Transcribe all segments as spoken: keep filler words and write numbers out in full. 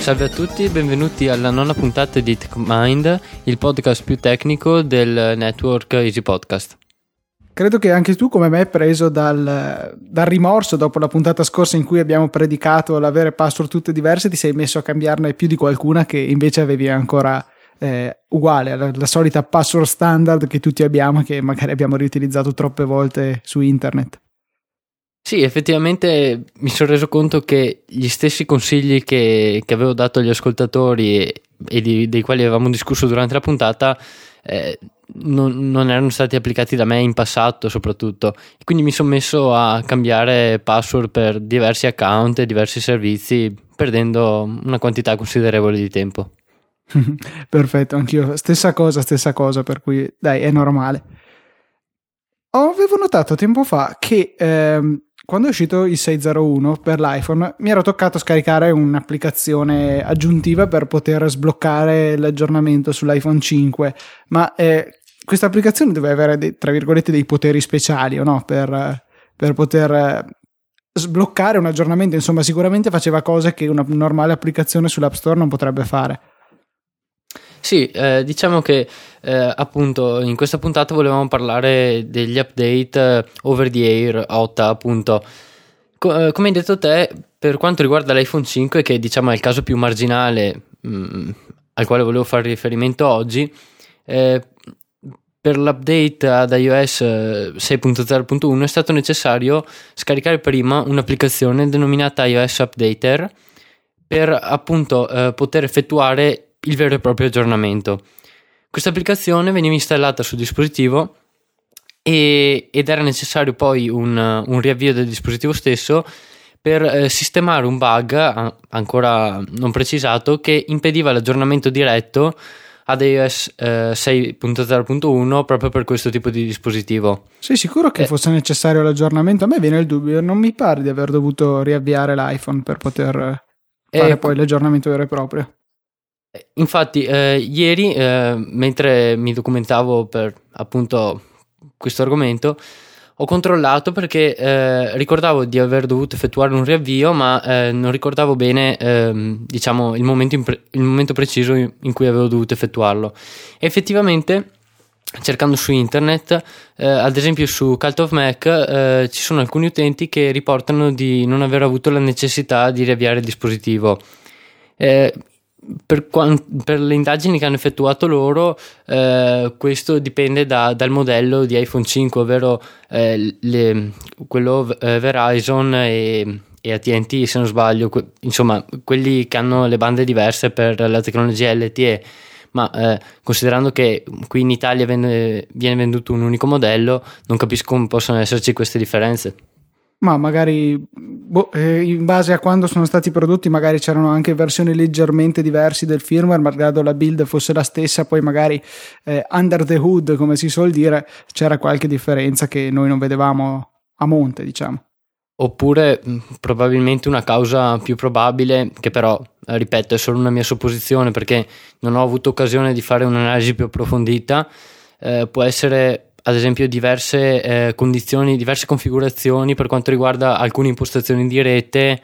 Salve a tutti e benvenuti alla nona puntata di TechMind, il podcast più tecnico del network Easy Podcast. Credo che anche tu, come me, preso dal, dal rimorso dopo la puntata scorsa in cui abbiamo predicato l'avere password tutte diverse, ti sei messo a cambiarne più di qualcuna che invece avevi ancora eh, uguale alla la solita password standard che tutti abbiamo, che magari abbiamo riutilizzato troppe volte su internet. Sì, effettivamente mi sono reso conto che gli stessi consigli che, che avevo dato agli ascoltatori e, e di, dei quali avevamo discusso durante la puntata eh, non, non erano stati applicati da me in passato soprattutto, e quindi mi sono messo a cambiare password per diversi account e diversi servizi, perdendo una quantità considerevole di tempo. Perfetto, anch'io stessa cosa, stessa cosa, per cui dai, è normale. Avevo notato tempo fa che ehm, quando è uscito il sei zero uno per l'iPhone mi ero toccato scaricare un'applicazione aggiuntiva per poter sbloccare l'aggiornamento sull'iPhone cinque, ma eh, questa applicazione deve avere dei, tra virgolette dei poteri speciali, o no? Per, per poter eh, sbloccare un aggiornamento, insomma sicuramente faceva cose che una normale applicazione sull'App Store non potrebbe fare. Sì, eh, diciamo che eh, appunto in questa puntata volevamo parlare degli update eh, over the air O T A, appunto. Co- eh, come hai detto te, per quanto riguarda l'iPhone cinque, che diciamo è il caso più marginale mh, al quale volevo fare riferimento oggi, eh, per l'update ad iOS sei punto zero punto uno è stato necessario scaricare prima un'applicazione denominata iOS Updater per appunto eh, poter effettuare il vero e proprio aggiornamento. Questa applicazione veniva installata sul dispositivo e, ed era necessario poi un, un riavvio del dispositivo stesso per eh, sistemare un bug a, ancora non precisato che impediva l'aggiornamento diretto ad iOS eh, sei punto zero punto uno proprio per questo tipo di dispositivo. Sei sicuro che eh. fosse necessario l'aggiornamento? A me viene il dubbio, non mi pare di aver dovuto riavviare l'iPhone per poter fare eh, poi l'aggiornamento vero e proprio. Infatti eh, ieri eh, mentre mi documentavo per appunto questo argomento ho controllato perché eh, ricordavo di aver dovuto effettuare un riavvio, ma eh, non ricordavo bene eh, diciamo il momento, pre- il momento preciso in, in cui avevo dovuto effettuarlo. E effettivamente, cercando su internet, eh, ad esempio su Cult of Mac, eh, ci sono alcuni utenti che riportano di non aver avuto la necessità di riavviare il dispositivo. eh, Per, per le indagini che hanno effettuato loro, eh, questo dipende da, dal modello di iPhone cinque, ovvero eh, le, quello eh, Verizon e, e A T and T, se non sbaglio, que, insomma quelli che hanno le bande diverse per la tecnologia L T E, ma eh, considerando che qui in Italia viene, viene venduto un unico modello, non capisco come possono esserci queste differenze. Ma magari boh, eh, in base a quando sono stati prodotti magari c'erano anche versioni leggermente diverse del firmware, malgrado la build fosse la stessa, poi magari eh, under the hood, come si suol dire, c'era qualche differenza che noi non vedevamo a monte, diciamo. Oppure mh, probabilmente una causa più probabile, che però eh, ripeto è solo una mia supposizione perché non ho avuto occasione di fare un'analisi più approfondita, eh, può essere ad esempio diverse eh, condizioni, diverse configurazioni per quanto riguarda alcune impostazioni di rete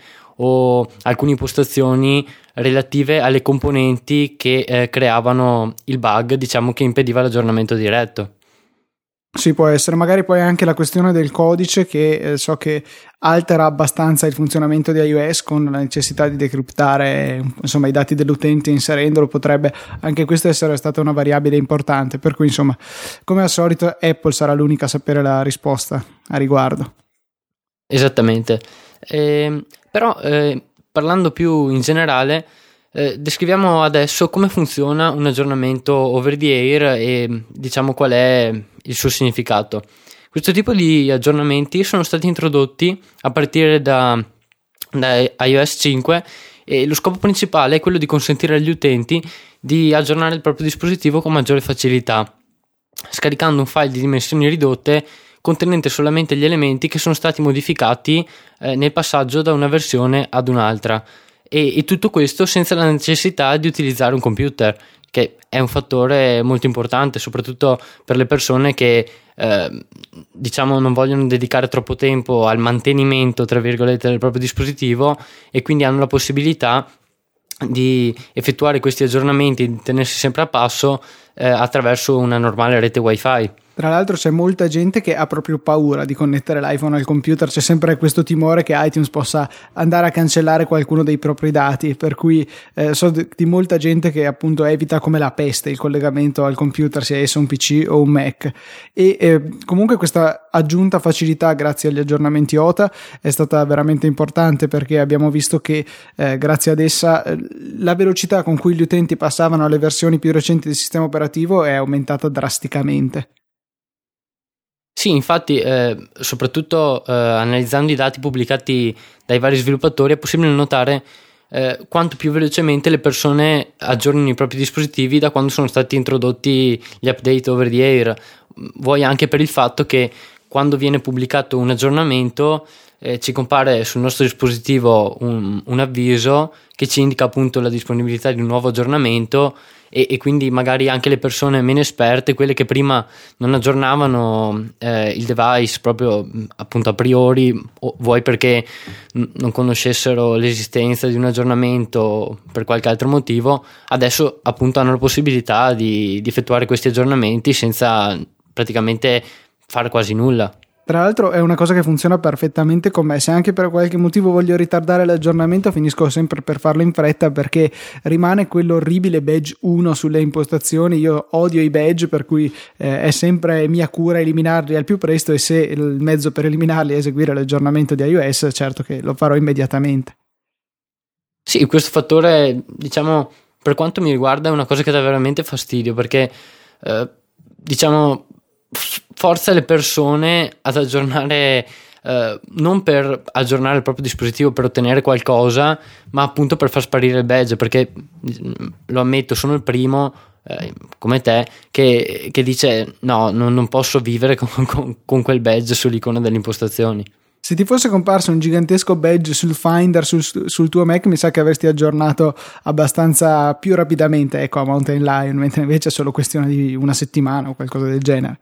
o alcune impostazioni relative alle componenti che eh, creavano il bug, diciamo, che impediva l'aggiornamento diretto. Sì, può essere, magari poi anche la questione del codice che eh, so che altera abbastanza il funzionamento di iOS con la necessità di decriptare insomma i dati dell'utente inserendolo, potrebbe anche questa essere stata una variabile importante, per cui insomma come al solito Apple sarà l'unica a sapere la risposta a riguardo. Esattamente, eh, però eh, parlando più in generale, Eh, descriviamo adesso come funziona un aggiornamento over the air e diciamo qual è il suo significato. Questo tipo di aggiornamenti sono stati introdotti a partire da, da iOS cinque e lo scopo principale è quello di consentire agli utenti di aggiornare il proprio dispositivo con maggiore facilità, scaricando un file di dimensioni ridotte contenente solamente gli elementi che sono stati modificati eh, nel passaggio da una versione ad un'altra. E, e tutto questo senza la necessità di utilizzare un computer, che è un fattore molto importante soprattutto per le persone che eh, diciamo non vogliono dedicare troppo tempo al mantenimento tra virgolette del proprio dispositivo e quindi hanno la possibilità di effettuare questi aggiornamenti, di tenersi sempre a passo eh, attraverso una normale rete wifi. Tra l'altro c'è molta gente che ha proprio paura di connettere l'iPhone al computer, c'è sempre questo timore che iTunes possa andare a cancellare qualcuno dei propri dati, per cui eh, so di molta gente che appunto evita come la peste il collegamento al computer, sia esso un P C o un Mac. E eh, comunque questa aggiunta facilità grazie agli aggiornamenti O T A è stata veramente importante, perché abbiamo visto che eh, grazie ad essa eh, la velocità con cui gli utenti passavano alle versioni più recenti del sistema operativo è aumentata drasticamente. Sì, infatti, eh, soprattutto eh, analizzando i dati pubblicati dai vari sviluppatori, è possibile notare eh, quanto più velocemente le persone aggiornano i propri dispositivi da quando sono stati introdotti gli update over the air. Vuoi anche per il fatto che quando viene pubblicato un aggiornamento eh, ci compare sul nostro dispositivo un, un avviso che ci indica appunto la disponibilità di un nuovo aggiornamento. E, e quindi magari anche le persone meno esperte, quelle che prima non aggiornavano eh, il device proprio appunto a priori, o vuoi perché n- non conoscessero l'esistenza di un aggiornamento per qualche altro motivo, adesso appunto hanno la possibilità di, di effettuare questi aggiornamenti senza praticamente fare quasi nulla. Tra l'altro è una cosa che funziona perfettamente con me. Se anche per qualche motivo voglio ritardare l'aggiornamento, finisco sempre per farlo in fretta, perché rimane quell'orribile badge uno sulle impostazioni. Io odio i badge, per cui eh, è sempre mia cura eliminarli al più presto, e se il mezzo per eliminarli è eseguire l'aggiornamento di iOS, certo che lo farò immediatamente. Sì, questo fattore, diciamo, per quanto mi riguarda è una cosa che dà veramente fastidio, perché eh, diciamo forza le persone ad aggiornare, eh, non per aggiornare il proprio dispositivo per ottenere qualcosa, ma appunto per far sparire il badge, perché lo ammetto, sono il primo eh, come te che, che dice no, non, non posso vivere con, con, con quel badge sull'icona delle impostazioni. Se ti fosse comparso un gigantesco badge sul Finder sul, sul tuo Mac, mi sa che avresti aggiornato abbastanza più rapidamente, ecco, a Mountain Lion, mentre invece è solo questione di una settimana o qualcosa del genere.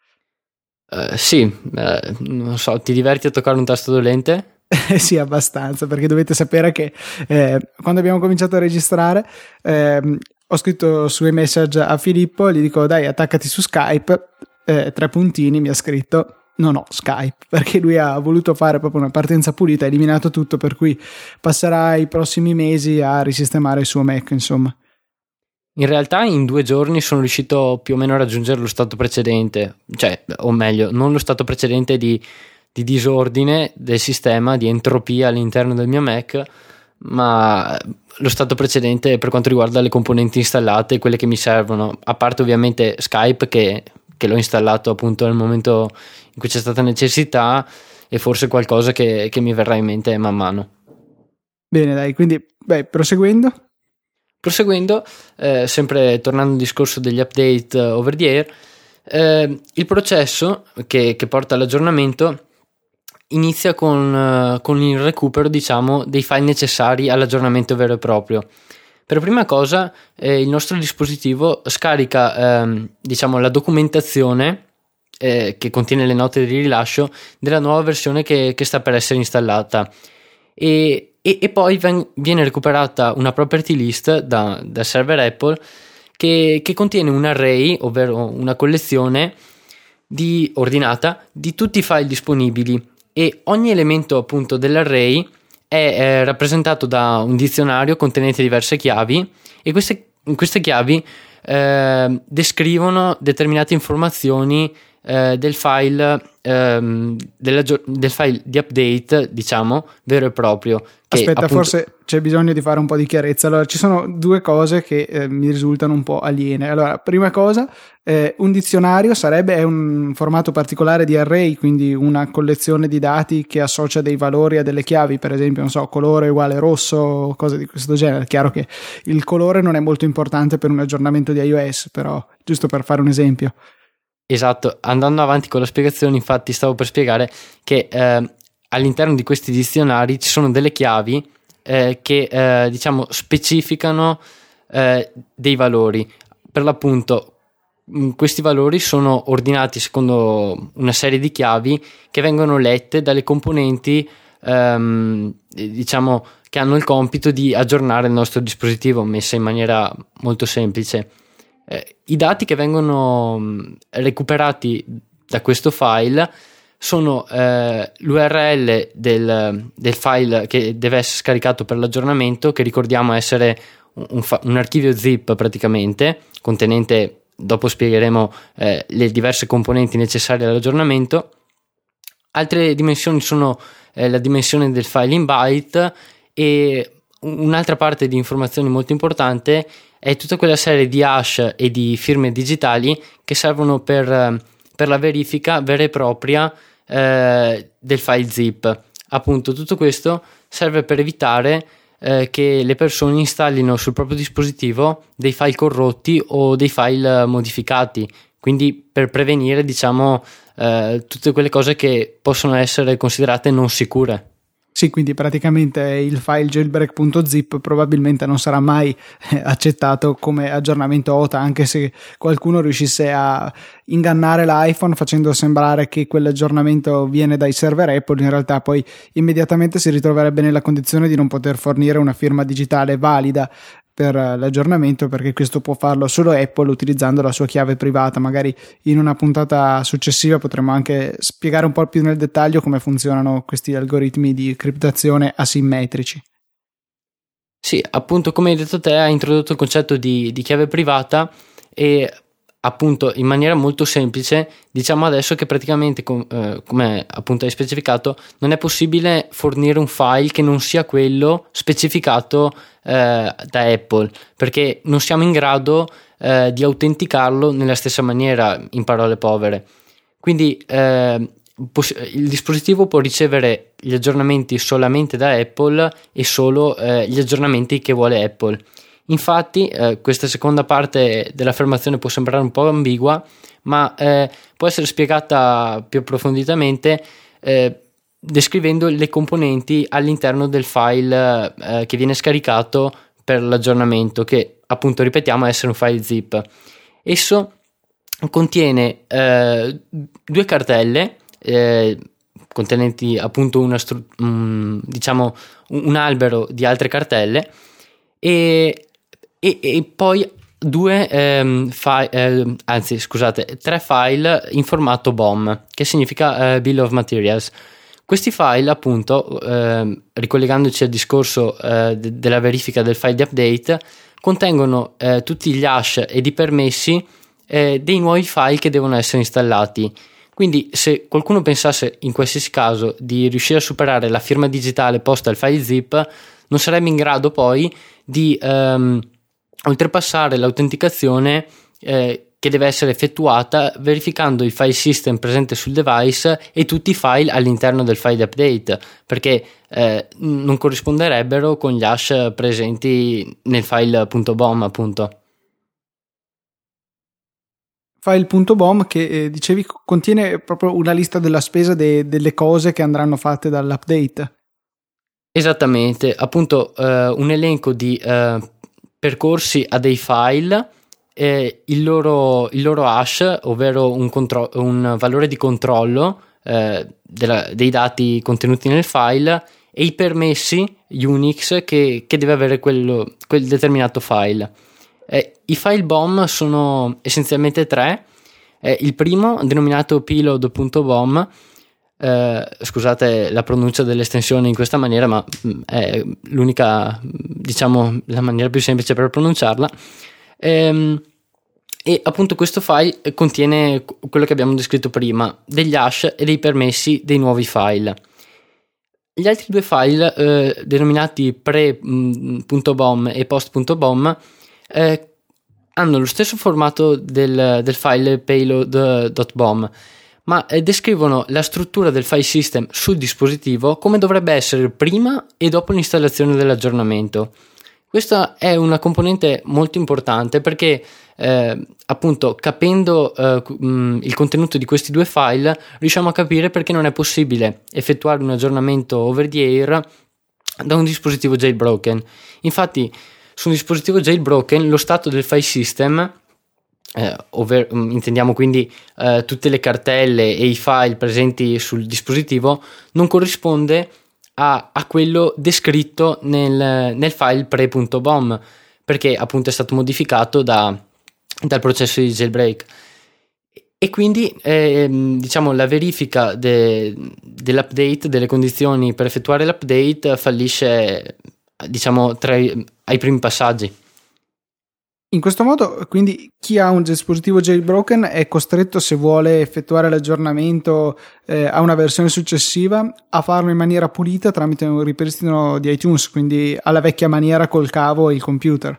Uh, sì, uh, non so, ti diverti a toccare un tasto dolente? Sì, abbastanza, perché dovete sapere che eh, quando abbiamo cominciato a registrare eh, ho scritto su iMessage a Filippo, gli dico dai attaccati su Skype, eh, tre puntini, mi ha scritto non ho Skype, perché lui ha voluto fare proprio una partenza pulita, ha eliminato tutto, per cui passerà i prossimi mesi a risistemare il suo Mac, insomma. In realtà in due giorni sono riuscito più o meno a raggiungere lo stato precedente, cioè, o meglio, non lo stato precedente di, di disordine del sistema, di entropia all'interno del mio Mac, ma lo stato precedente per quanto riguarda le componenti installate, quelle che mi servono, a parte ovviamente Skype che, che l'ho installato appunto nel momento in cui c'è stata necessità, e forse qualcosa che, che mi verrà in mente man mano. Bene, dai, quindi, beh, proseguendo. Proseguendo, eh, sempre tornando al discorso degli update uh, over the air, eh, il processo che, che porta all'aggiornamento inizia con, uh, con il recupero, diciamo, dei file necessari all'aggiornamento vero e proprio. Per prima cosa, eh, il nostro dispositivo scarica, ehm, diciamo, la documentazione eh, che contiene le note di rilascio della nuova versione che, che sta per essere installata. E E, e poi ven- viene recuperata una property list da, da server Apple che, che contiene un array, ovvero una collezione di, ordinata di tutti i file disponibili, e ogni elemento appunto dell'array è, è rappresentato da un dizionario contenente diverse chiavi, e queste, queste chiavi eh, descrivono determinate informazioni eh, del file ehm, della, del file di update, diciamo, vero e proprio. Che, Aspetta, appunto, forse c'è bisogno di fare un po' di chiarezza. Allora, ci sono due cose che eh, mi risultano un po' aliene. Allora, prima cosa, eh, un dizionario sarebbe è un formato particolare di array, quindi una collezione di dati che associa dei valori a delle chiavi, per esempio, non so, colore uguale rosso, cose di questo genere. È chiaro che il colore non è molto importante per un aggiornamento di iOS, però giusto per fare un esempio. Esatto, andando avanti con la spiegazione, infatti stavo per spiegare che eh, all'interno di questi dizionari ci sono delle chiavi eh, che eh, diciamo specificano eh, dei valori. Per l'appunto mh, questi valori sono ordinati secondo una serie di chiavi che vengono lette dalle componenti ehm, diciamo che hanno il compito di aggiornare il nostro dispositivo, messa in maniera molto semplice. Eh, I dati che vengono recuperati da questo file sono eh, l'U R L del, del file che deve essere scaricato per l'aggiornamento, che ricordiamo essere un, un, fa- un archivio zip praticamente, contenente, dopo spiegheremo eh, le diverse componenti necessarie all'aggiornamento. Altre dimensioni sono eh, la dimensione del file in byte, e un'altra parte di informazioni molto importante è tutta quella serie di hash e di firme digitali che servono per, per la verifica vera e propria eh, del file zip. Appunto, tutto questo serve per evitare eh, che le persone installino sul proprio dispositivo dei file corrotti o dei file modificati, quindi per prevenire, diciamo, eh, tutte quelle cose che possono essere considerate non sicure. Sì, quindi praticamente il file jailbreak.zip probabilmente non sarà mai accettato come aggiornamento O T A, anche se qualcuno riuscisse a ingannare l'iPhone facendo sembrare che quell'aggiornamento viene dai server Apple. In realtà poi immediatamente si ritroverebbe nella condizione di non poter fornire una firma digitale valida per l'aggiornamento, perché questo può farlo solo Apple utilizzando la sua chiave privata. Magari in una puntata successiva potremo anche spiegare un po' più nel dettaglio come funzionano questi algoritmi di criptazione asimmetrici. Sì, appunto, come hai detto te, hai introdotto il concetto di, di chiave privata, e appunto in maniera molto semplice diciamo adesso che praticamente com- eh, come appunto hai specificato, non è possibile fornire un file che non sia quello specificato eh, da Apple, perché non siamo in grado eh, di autenticarlo nella stessa maniera, in parole povere. Quindi eh, poss- il dispositivo può ricevere gli aggiornamenti solamente da Apple e solo eh, gli aggiornamenti che vuole Apple. Infatti eh, questa seconda parte dell'affermazione può sembrare un po' ambigua, ma eh, può essere spiegata più approfonditamente eh, descrivendo le componenti all'interno del file eh, che viene scaricato per l'aggiornamento, che appunto ripetiamo essere un file zip. Esso contiene eh, due cartelle eh, contenenti appunto una stru- um, diciamo un, un albero di altre cartelle, e E, e poi due ehm, file, eh, anzi scusate, tre file in formato B O M, che significa eh, Bill of Materials. Questi file, appunto, eh, ricollegandoci al discorso eh, de- della verifica del file di update, contengono eh, tutti gli hash ed i permessi eh, dei nuovi file che devono essere installati. Quindi se qualcuno pensasse in qualsiasi caso di riuscire a superare la firma digitale posta al file zip, non sarebbe in grado poi di ehm, oltrepassare l'autenticazione eh, che deve essere effettuata verificando il file system presente sul device e tutti i file all'interno del file update, perché eh, non corrisponderebbero con gli hash presenti nel file.bom, appunto. File.bom che eh, dicevi contiene proprio una lista della spesa de- delle cose che andranno fatte dall'update. Esattamente, appunto eh, un elenco di eh, percorsi a dei file, eh, il, loro, il loro hash, ovvero un, contro- un valore di controllo eh, della, dei dati contenuti nel file, e i permessi Unix che, che deve avere quello, quel determinato file. Eh, I file B O M sono essenzialmente tre. Eh, il primo, denominato payload.bom, Eh, scusate la pronuncia dell'estensione in questa maniera, ma è l'unica, diciamo, la maniera più semplice per pronunciarla. Ehm, e appunto questo file contiene quello che abbiamo descritto prima, degli hash e dei permessi dei nuovi file. Gli altri due file, eh, denominati pre.bom e post.bom, eh, hanno lo stesso formato del, del file payload.bom, ma eh, descrivono la struttura del file system sul dispositivo come dovrebbe essere prima e dopo l'installazione dell'aggiornamento. Questa è una componente molto importante perché eh, appunto capendo eh, mh, il contenuto di questi due file riusciamo a capire perché non è possibile effettuare un aggiornamento over the air da un dispositivo jailbroken. Infatti su un dispositivo jailbroken lo stato del file system, Eh, ovvero, intendiamo quindi eh, tutte le cartelle e i file presenti sul dispositivo, non corrisponde a, a quello descritto nel, nel file pre.bom, perché appunto è stato modificato da, dal processo di jailbreak. E quindi eh, diciamo la verifica de, dell'update, delle condizioni per effettuare l'update fallisce, diciamo, tra i, ai primi passaggi. In questo modo, quindi, chi ha un dispositivo jailbroken è costretto, se vuole effettuare l'aggiornamento eh, a una versione successiva, a farlo in maniera pulita tramite un ripristino di iTunes, quindi alla vecchia maniera col cavo e il computer.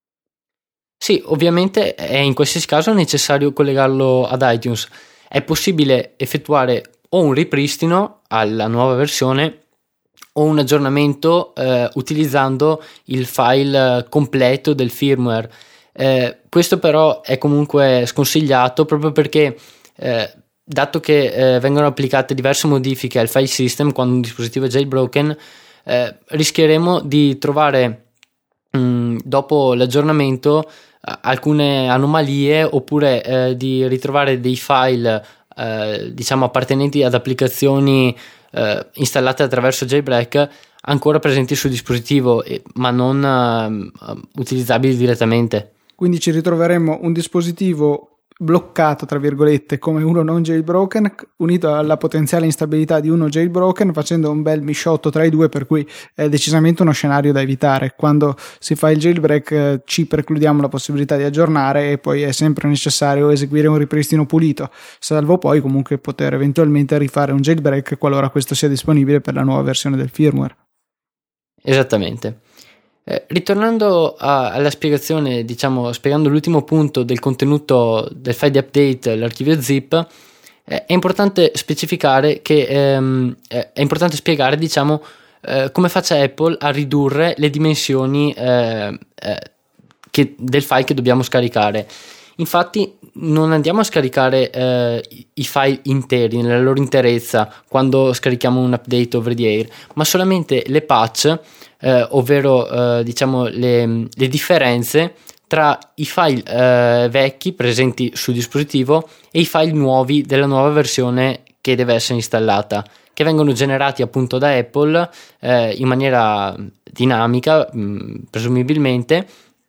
Sì, ovviamente è in qualsiasi caso necessario collegarlo ad iTunes. È possibile effettuare o un ripristino alla nuova versione o un aggiornamento eh, utilizzando il file completo del firmware. Eh, questo però è comunque sconsigliato proprio perché eh, dato che eh, vengono applicate diverse modifiche al file system quando un dispositivo è jailbroken, eh, rischieremo di trovare mh, dopo l'aggiornamento alcune anomalie oppure eh, di ritrovare dei file eh, diciamo appartenenti ad applicazioni eh, installate attraverso jailbreak ancora presenti sul dispositivo eh, ma non eh, utilizzabili direttamente. Quindi ci ritroveremo un dispositivo bloccato, tra virgolette, come uno non jailbroken, unito alla potenziale instabilità di uno jailbroken, facendo un bel misciotto tra i due, per cui è decisamente uno scenario da evitare. Quando si fa il jailbreak eh, ci precludiamo la possibilità di aggiornare e poi è sempre necessario eseguire un ripristino pulito, salvo poi comunque poter eventualmente rifare un jailbreak qualora questo sia disponibile per la nuova versione del firmware. Esattamente. Eh, ritornando a, alla spiegazione, diciamo, spiegando l'ultimo punto del contenuto del file di update, l'archivio zip, eh, è importante specificare che ehm, è importante spiegare, diciamo, eh, come faccia Apple a ridurre le dimensioni eh, eh, che, del file che dobbiamo scaricare. Infatti non andiamo a scaricare eh, i file interi nella loro interezza quando scarichiamo un update over the air, ma solamente le patch, eh, ovvero eh, diciamo le, le differenze tra i file eh, vecchi presenti sul dispositivo e i file nuovi della nuova versione che deve essere installata, che vengono generati appunto da Apple eh, in maniera dinamica, mh, presumibilmente,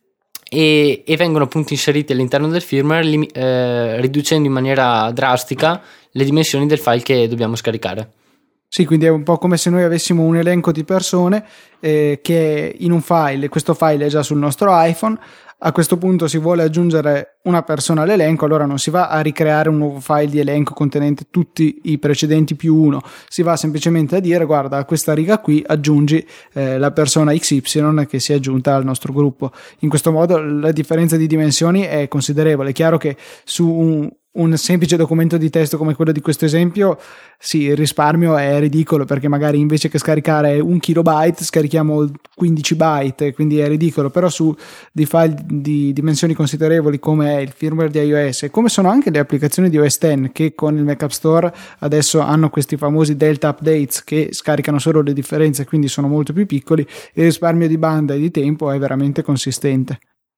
e, e vengono appunto inseriti all'interno del firmware lim- eh, riducendo in maniera drastica le dimensioni del file che dobbiamo scaricare. Sì, quindi è un po' come se noi avessimo un elenco di persone eh, che in un file, e questo file è già sul nostro iPhone. A questo punto si vuole aggiungere una persona all'elenco, allora non si va a ricreare un nuovo file di elenco contenente tutti i precedenti più uno, si va semplicemente a dire: guarda, a questa riga qui aggiungi eh, la persona X Y che si è aggiunta al nostro gruppo. In questo modo la differenza di dimensioni è considerevole. È chiaro che su un un semplice documento di testo come quello di questo esempio, sì, il risparmio è ridicolo, perché magari invece che scaricare un kilobyte scarichiamo quindici byte, quindi è ridicolo. Però su dei file di dimensioni considerevoli come è il firmware di iOS e come sono anche le applicazioni di O S dieci, che con il Mac App Store adesso hanno questi famosi delta updates che scaricano solo le differenze, quindi sono molto più piccoli, il risparmio di banda e di tempo è veramente consistente.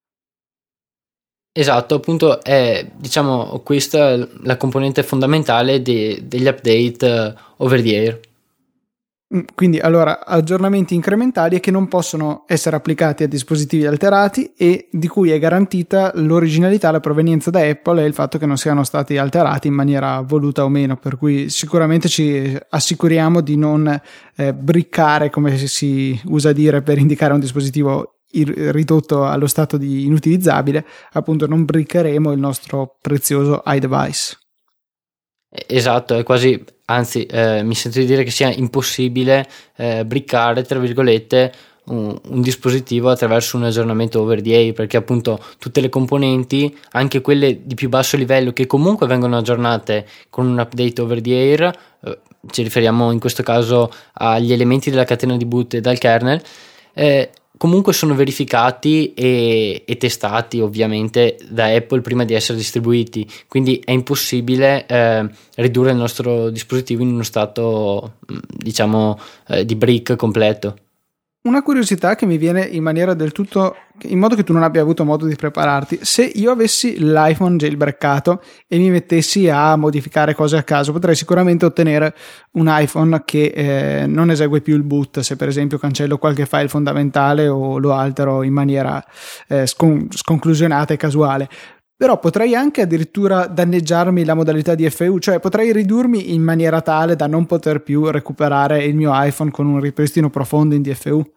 Esatto, appunto è, diciamo, questa la componente fondamentale de, degli update uh, over the air. Quindi allora aggiornamenti incrementali che non possono essere applicati a dispositivi alterati e di cui è garantita l'originalità, la provenienza da Apple e il fatto che non siano stati alterati in maniera voluta o meno, per cui sicuramente ci assicuriamo di non eh, briccare, come si usa dire per indicare un dispositivo ridotto allo stato di inutilizzabile. Appunto non briccheremo il nostro prezioso iDevice. Esatto, è quasi, anzi eh, mi sento di dire che sia impossibile eh, briccare, tra virgolette, un, un dispositivo attraverso un aggiornamento over the air, perché appunto tutte le componenti, anche quelle di più basso livello che comunque vengono aggiornate con un update over the air, eh, ci riferiamo in questo caso agli elementi della catena di boot e dal kernel, eh, comunque sono verificati e, e testati ovviamente da Apple prima di essere distribuiti, quindi è impossibile eh, ridurre il nostro dispositivo in uno stato, diciamo, eh, di brick completo. una curiosità che mi viene in maniera del tutto, in modo che tu non abbia avuto modo di prepararti. Se io avessi l'iPhone jailbreakato e mi mettessi a modificare cose a caso, potrei sicuramente ottenere un iPhone che eh, non esegue più il boot, se per esempio cancello qualche file fondamentale o lo altero in maniera eh, scon- sconclusionata e casuale. Però potrei anche addirittura danneggiarmi la modalità D F U, cioè potrei ridurmi in maniera tale da non poter più recuperare il mio iPhone con un ripristino profondo in D F U.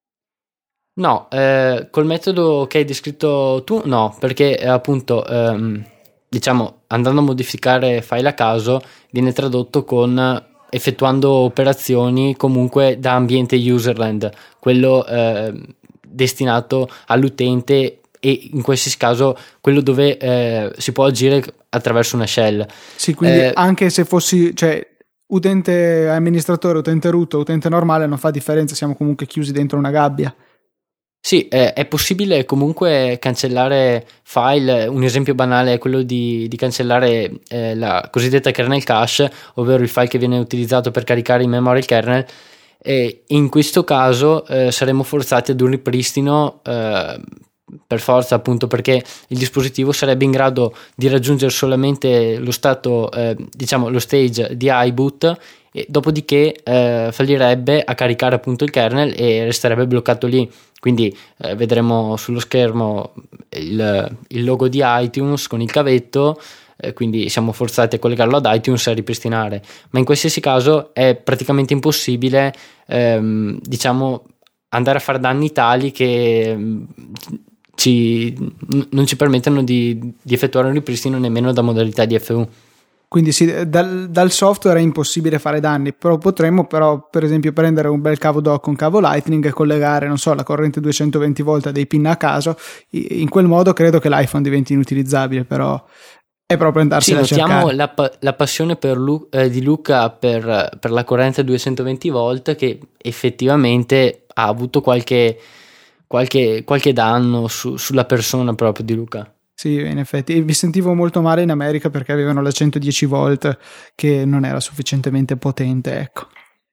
No, eh, col metodo che hai descritto tu, no, perché eh, appunto, ehm, diciamo, andando a modificare file a caso, viene tradotto con effettuando operazioni comunque da ambiente userland, quello eh, destinato all'utente, e in qualsiasi caso quello dove eh, si può agire attraverso una shell. Sì, quindi eh, anche se fossi, cioè, utente amministratore, utente root, utente normale, non fa differenza, siamo comunque chiusi dentro una gabbia. Sì, eh, è possibile comunque cancellare file. Un esempio banale è quello di, di cancellare eh, la cosiddetta kernel cache, ovvero il file che viene utilizzato per caricare in memoria il kernel. E in questo caso eh, saremo forzati ad un ripristino eh, per forza, appunto perché il dispositivo sarebbe in grado di raggiungere solamente lo stato, eh, diciamo lo stage di iBoot, e dopodiché eh, fallirebbe a caricare appunto il kernel e resterebbe bloccato lì. Quindi eh, vedremo sullo schermo il, il logo di iTunes con il cavetto, eh, quindi siamo forzati a collegarlo ad iTunes e a ripristinare, ma in qualsiasi caso è praticamente impossibile ehm, diciamo andare a fare danni tali che Ci, non ci permettono di, di effettuare un ripristino nemmeno da modalità D F U. Quindi sì, dal, dal software è impossibile fare danni, però potremmo però per esempio prendere un bel cavo dock con cavo Lightning e collegare, non so, la corrente duecentoventi volt a dei pin a caso. In quel modo credo che l'iPhone diventi inutilizzabile, però è proprio andarsela sì, a cercare. Notiamo la, la passione per Lu, eh, di Luca per, per la corrente duecentoventi volt, che effettivamente ha avuto qualche Qualche, qualche danno su, sulla persona proprio di Luca. Sì, in effetti, e mi sentivo molto male in America perché avevano la centodieci volt che non era sufficientemente potente, ecco.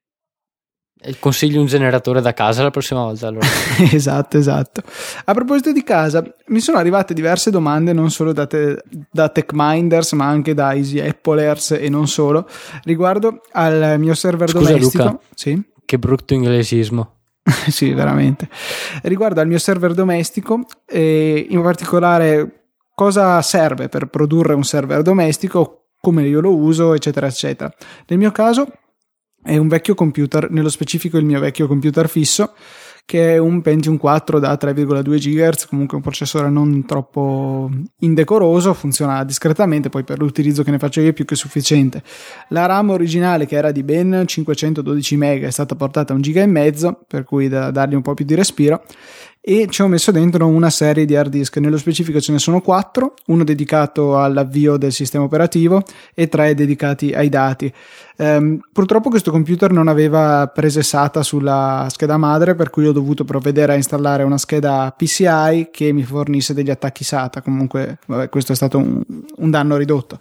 Consigli un generatore da casa la prossima volta, allora. Esatto, esatto. A proposito di casa, mi sono arrivate diverse domande non solo da, te, da TechMinders ma anche da Easy Applers e non solo, riguardo al mio server Scusa, domestico. Luca, sì? Che brutto inglesismo. Sì, veramente. Riguardo al mio server domestico e in particolare cosa serve per produrre un server domestico, come io lo uso, eccetera, eccetera. Nel mio caso è un vecchio computer, nello specifico il mio vecchio computer fisso, che è un Pentium quattro da tre virgola due gigahertz, comunque un processore non troppo indecoroso, funziona discretamente, poi per l'utilizzo che ne faccio io è più che sufficiente. La RAM originale, che era di ben cinquecentododici mega, è stata portata a un giga e mezzo, per cui da dargli un po' più di respiro, e ci ho messo dentro una serie di hard disk, nello specifico ce ne sono quattro, uno dedicato all'avvio del sistema operativo e tre dedicati ai dati. Um, purtroppo questo computer non aveva prese SATA sulla scheda madre, per cui ho dovuto provvedere a installare una scheda P C I che mi fornisse degli attacchi SATA. Comunque vabbè, questo è stato un, un danno ridotto.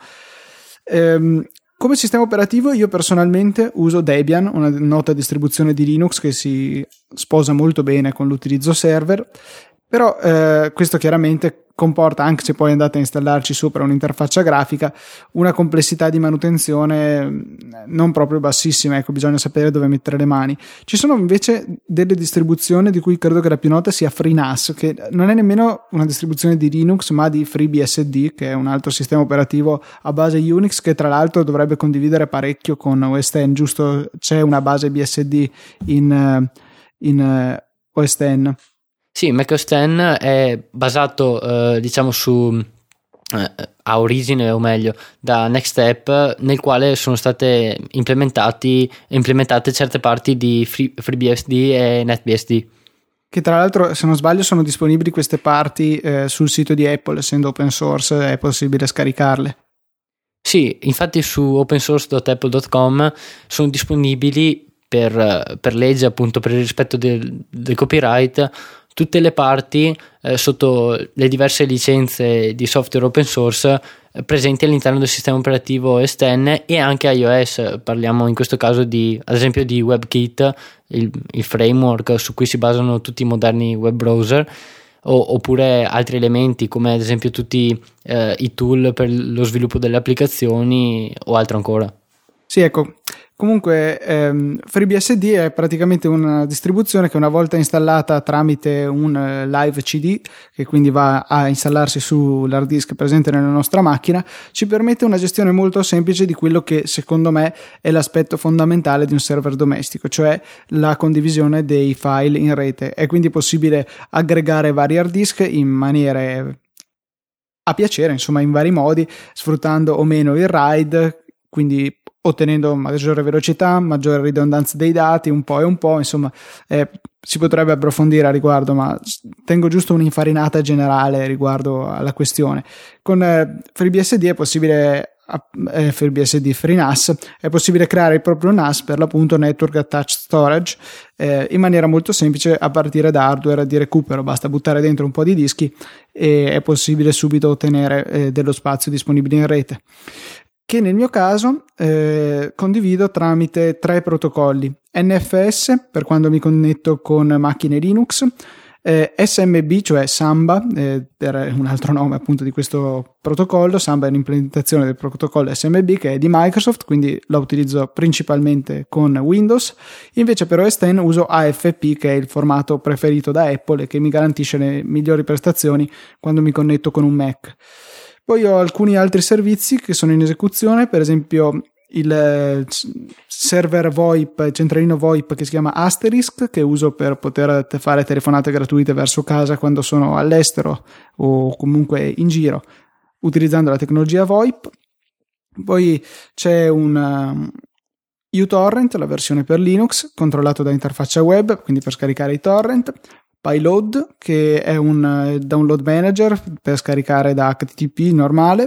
Um, come sistema operativo io personalmente uso Debian, una nota distribuzione di Linux che si sposa molto bene con l'utilizzo server, però eh, questo chiaramente comporta, anche se poi andate a installarci sopra un'interfaccia grafica, una complessità di manutenzione non proprio bassissima, ecco, bisogna sapere dove mettere le mani. Ci sono invece delle distribuzioni di cui credo che la più nota sia FreeNAS, che non è nemmeno una distribuzione di Linux ma di FreeBSD, che è un altro sistema operativo a base Unix che tra l'altro dovrebbe condividere parecchio con O S X, giusto? C'è una base B S D in, in O S X. Sì, macOS X è basato eh, diciamo su eh, a origine, o meglio da NextStep, nel quale sono state implementati implementate certe parti di Free, FreeBSD e NetBSD, che tra l'altro, se non sbaglio, sono disponibili queste parti eh, sul sito di Apple, essendo open source è possibile scaricarle. Sì, infatti su open source dot apple dot com sono disponibili per, per legge, appunto per il rispetto del, del copyright, tutte le parti eh, sotto le diverse licenze di software open source eh, presenti all'interno del sistema operativo S dieci e anche iOS. Parliamo in questo caso di, ad esempio, di WebKit, il, il framework su cui si basano tutti i moderni web browser, o, oppure altri elementi come ad esempio tutti eh, i tool per lo sviluppo delle applicazioni o altro ancora. Sì, ecco, comunque ehm, FreeBSD è praticamente una distribuzione che una volta installata tramite un eh, live C D, che quindi va a installarsi sull'hard disk presente nella nostra macchina, ci permette una gestione molto semplice di quello che secondo me è l'aspetto fondamentale di un server domestico, cioè la condivisione dei file in rete. È quindi possibile aggregare vari hard disk in maniere a piacere, insomma in vari modi, sfruttando o meno il RAID, quindi ottenendo maggiore velocità, maggiore ridondanza dei dati, un po' e un po', insomma eh, si potrebbe approfondire a riguardo, ma tengo giusto un'infarinata generale riguardo alla questione. Con eh, FreeBSD è possibile eh, FreeBSD FreeNAS è possibile creare il proprio N A S, per l'appunto Network Attached Storage, eh, in maniera molto semplice a partire da hardware di recupero. Basta buttare dentro un po' di dischi e è possibile subito ottenere eh, dello spazio disponibile in rete, che nel mio caso eh, condivido tramite tre protocolli: N F S per quando mi connetto con macchine Linux, eh, S M B, cioè Samba, eh, per un altro nome appunto di questo protocollo. Samba è un'implementazione del protocollo S M B che è di Microsoft, quindi lo utilizzo principalmente con Windows. Invece per O S X uso A F P, che è il formato preferito da Apple e che mi garantisce le migliori prestazioni quando mi connetto con un Mac. Poi ho alcuni altri servizi che sono in esecuzione, per esempio il server VoIP, centralino VoIP che si chiama Asterisk, che uso per poter fare telefonate gratuite verso casa quando sono all'estero o comunque in giro utilizzando la tecnologia VoIP. Poi c'è un uTorrent, la versione per Linux, controllato da interfaccia web, quindi per scaricare i torrent. Pyload, che è un download manager per scaricare da H T T P normale.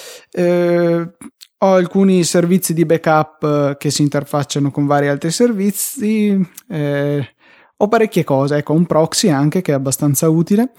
Eh, ho alcuni servizi di backup che si interfacciano con vari altri servizi. Eh, ho parecchie cose, ecco, un proxy anche che è abbastanza utile.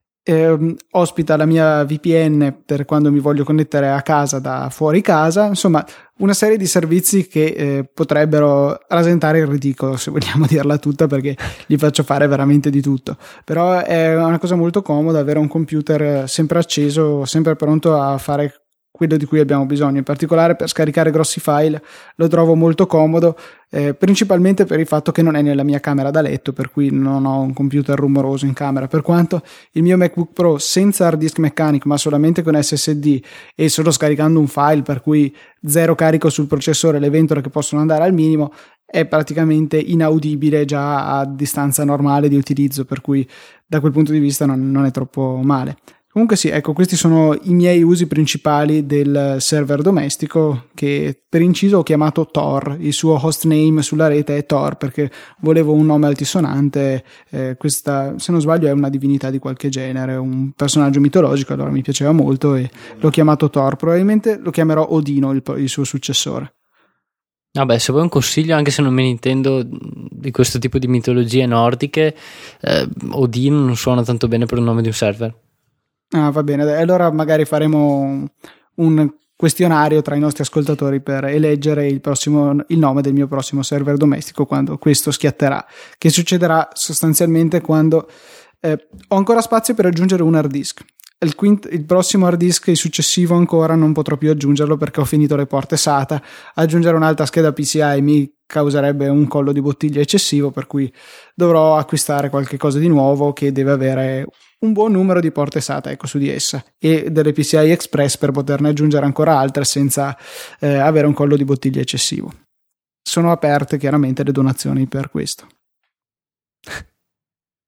Eh, ospita la mia V P N per quando mi voglio connettere a casa da fuori casa. Insomma, una serie di servizi che eh, potrebbero rasentare il ridicolo, se vogliamo dirla tutta, perché gli faccio fare veramente di tutto. Però è una cosa molto comoda avere un computer sempre acceso, sempre pronto a fare quello di cui abbiamo bisogno. In particolare per scaricare grossi file lo trovo molto comodo, eh, principalmente per il fatto che non è nella mia camera da letto, per cui non ho un computer rumoroso in camera, per quanto il mio MacBook Pro senza hard disk meccanico ma solamente con S S D e solo scaricando un file, per cui zero carico sul processore, le ventole che possono andare al minimo, è praticamente inaudibile già a distanza normale di utilizzo, per cui da quel punto di vista non, non è troppo male. Comunque sì, ecco, questi sono i miei usi principali del server domestico, che per inciso ho chiamato Tor. Il suo hostname sulla rete è Tor perché volevo un nome altisonante. Eh, questa, se non sbaglio, è una divinità di qualche genere, un personaggio mitologico, allora mi piaceva molto e l'ho chiamato Tor. Probabilmente lo chiamerò Odino, il, il suo successore. Vabbè, se vuoi un consiglio, anche se non me ne intendo di questo tipo di mitologie nordiche, eh, Odino non suona tanto bene per il nome di un server. Ah, va bene, dai. Allora magari faremo un questionario tra i nostri ascoltatori per eleggere il, prossimo, il nome del mio prossimo server domestico quando questo schiatterà, che succederà sostanzialmente quando eh, ho ancora spazio per aggiungere un hard disk. Il, quint- il prossimo hard disk, il successivo ancora, non potrò più aggiungerlo perché ho finito le porte SATA. Aggiungere un'altra scheda P C I mi causerebbe un collo di bottiglia eccessivo, per cui dovrò acquistare qualche cosa di nuovo che deve avere un buon numero di porte SATA, ecco, su di essa, e delle P C I Express per poterne aggiungere ancora altre senza eh, avere un collo di bottiglia eccessivo. Sono aperte chiaramente le donazioni per questo.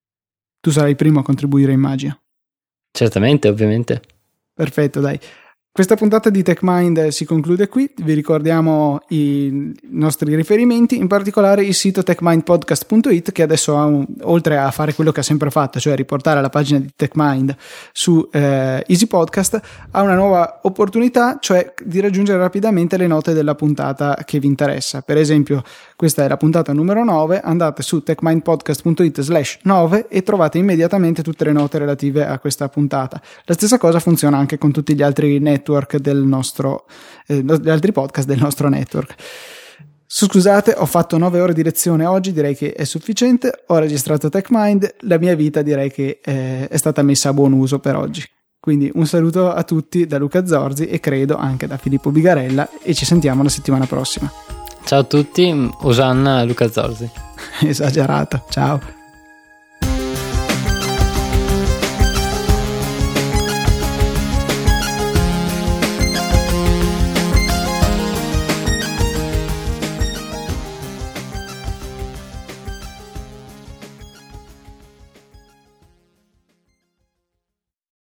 Tu sarai il primo a contribuire, immagino. Certamente, ovviamente. Perfetto, dai. Questa puntata di TechMind si conclude qui, vi ricordiamo i nostri riferimenti, in particolare il sito tech mind podcast punto it, che adesso ha un, oltre a fare quello che ha sempre fatto, cioè riportare la pagina di TechMind su eh, Easy Podcast, ha una nuova opportunità, cioè di raggiungere rapidamente le note della puntata che vi interessa. Per esempio, questa è la puntata numero nove, andate su tech mind podcast punto it slash nove e trovate immediatamente tutte le note relative a questa puntata. La stessa cosa funziona anche con tutti gli altri network del nostro, eh, gli altri podcast del nostro network. Scusate, ho fatto nove ore di lezione oggi, direi che è sufficiente, ho registrato TechMind, la mia vita direi che eh, è stata messa a buon uso per oggi. Quindi un saluto a tutti da Luca Zorzi e credo anche da Filippo Bigarella, e ci sentiamo la settimana prossima. Ciao a tutti, Osanna Luca Zorzi. Esagerato, ciao.